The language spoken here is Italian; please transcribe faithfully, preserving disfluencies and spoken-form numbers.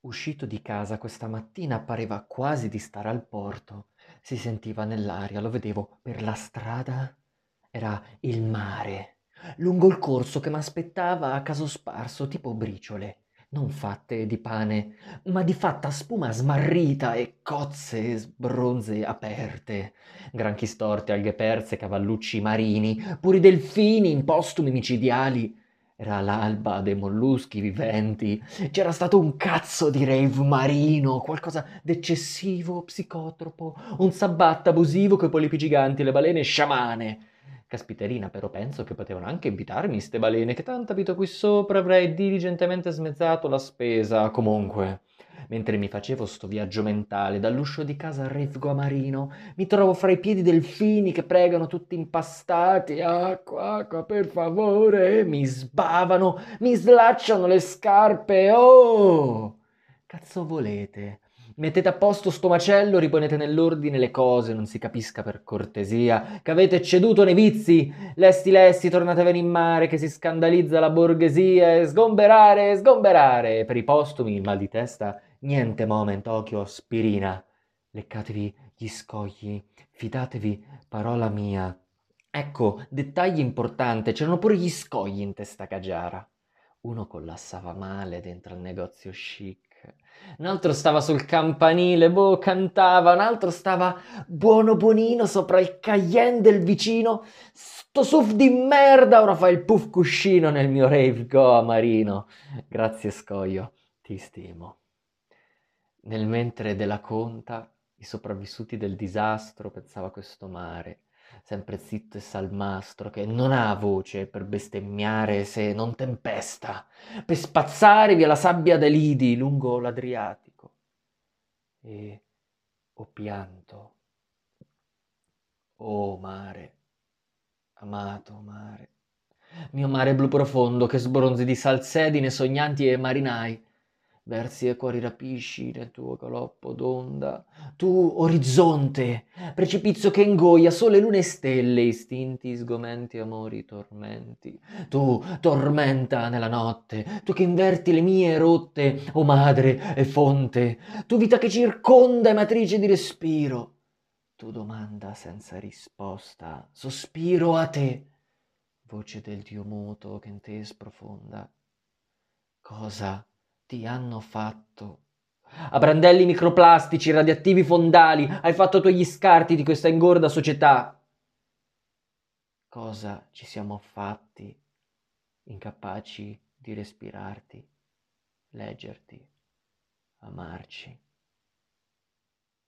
Uscito di casa questa mattina pareva quasi di stare al porto. Si sentiva nell'aria, lo vedevo per la strada. Era il mare, lungo il corso che m'aspettava a caso sparso, tipo briciole, non fatte di pane, ma di fatta spuma smarrita e cozze sbronze aperte, granchi storti, alghe perse, cavallucci marini, puri delfini in postumi micidiali. Era l'alba dei molluschi viventi. C'era stato un cazzo di rave marino, qualcosa d'eccessivo, psicotropo, un sabbat abusivo coi polipi giganti e le balene sciamane. Caspiterina, però penso che potevano anche invitarmi ste balene, che tanto abito qui sopra, avrei diligentemente smezzato la spesa. Comunque, mentre mi facevo sto viaggio mentale dall'uscio di casa al Revgo Marino, mi trovo fra i piedi delfini che pregano tutti impastati, acqua, acqua per favore, mi sbavano, mi slacciano le scarpe, oh! Cazzo volete? Mettete a posto sto macello, riponete nell'ordine le cose, non si capisca per cortesia, che avete ceduto nei vizi, lesti lesti tornatevene in mare, che si scandalizza la borghesia, e sgomberare, sgomberare, per i postumi, il mal di testa, niente moment, occhio, aspirina, leccatevi gli scogli, fidatevi, parola mia. Ecco, dettaglio importante, c'erano pure gli scogli in testa cagiara. Uno collassava male dentro al negozio chic, un altro stava sul campanile, boh, cantava, un altro stava buono buonino sopra il Cayenne del vicino. Sto surf di merda, ora fa il puff cuscino nel mio rave goa marino. Grazie scoglio, ti stimo. Nel mentre della conta, i sopravvissuti del disastro, pensava a questo mare, sempre zitto e salmastro, che non ha voce per bestemmiare se non tempesta, per spazzare via la sabbia dei lidi lungo l'Adriatico. E ho pianto, oh mare, amato mare, mio mare blu profondo che sbronzi di salsedine sognanti e marinai, versi e cuori rapisci nel tuo galoppo d'onda, tu orizzonte, precipizio che ingoia sole, lune e stelle, istinti, sgomenti, amori, tormenti, tu tormenta nella notte, tu che inverti le mie rotte, o madre e fonte, tu vita che circonda e matrice di respiro, tu domanda senza risposta, sospiro a te, voce del Dio muto che in te sprofonda. Cosa ti hanno fatto? A brandelli microplastici, radioattivi fondali, hai fatto tu gli scarti di questa ingorda società. Cosa ci siamo fatti, incapaci di respirarti, leggerti, amarci?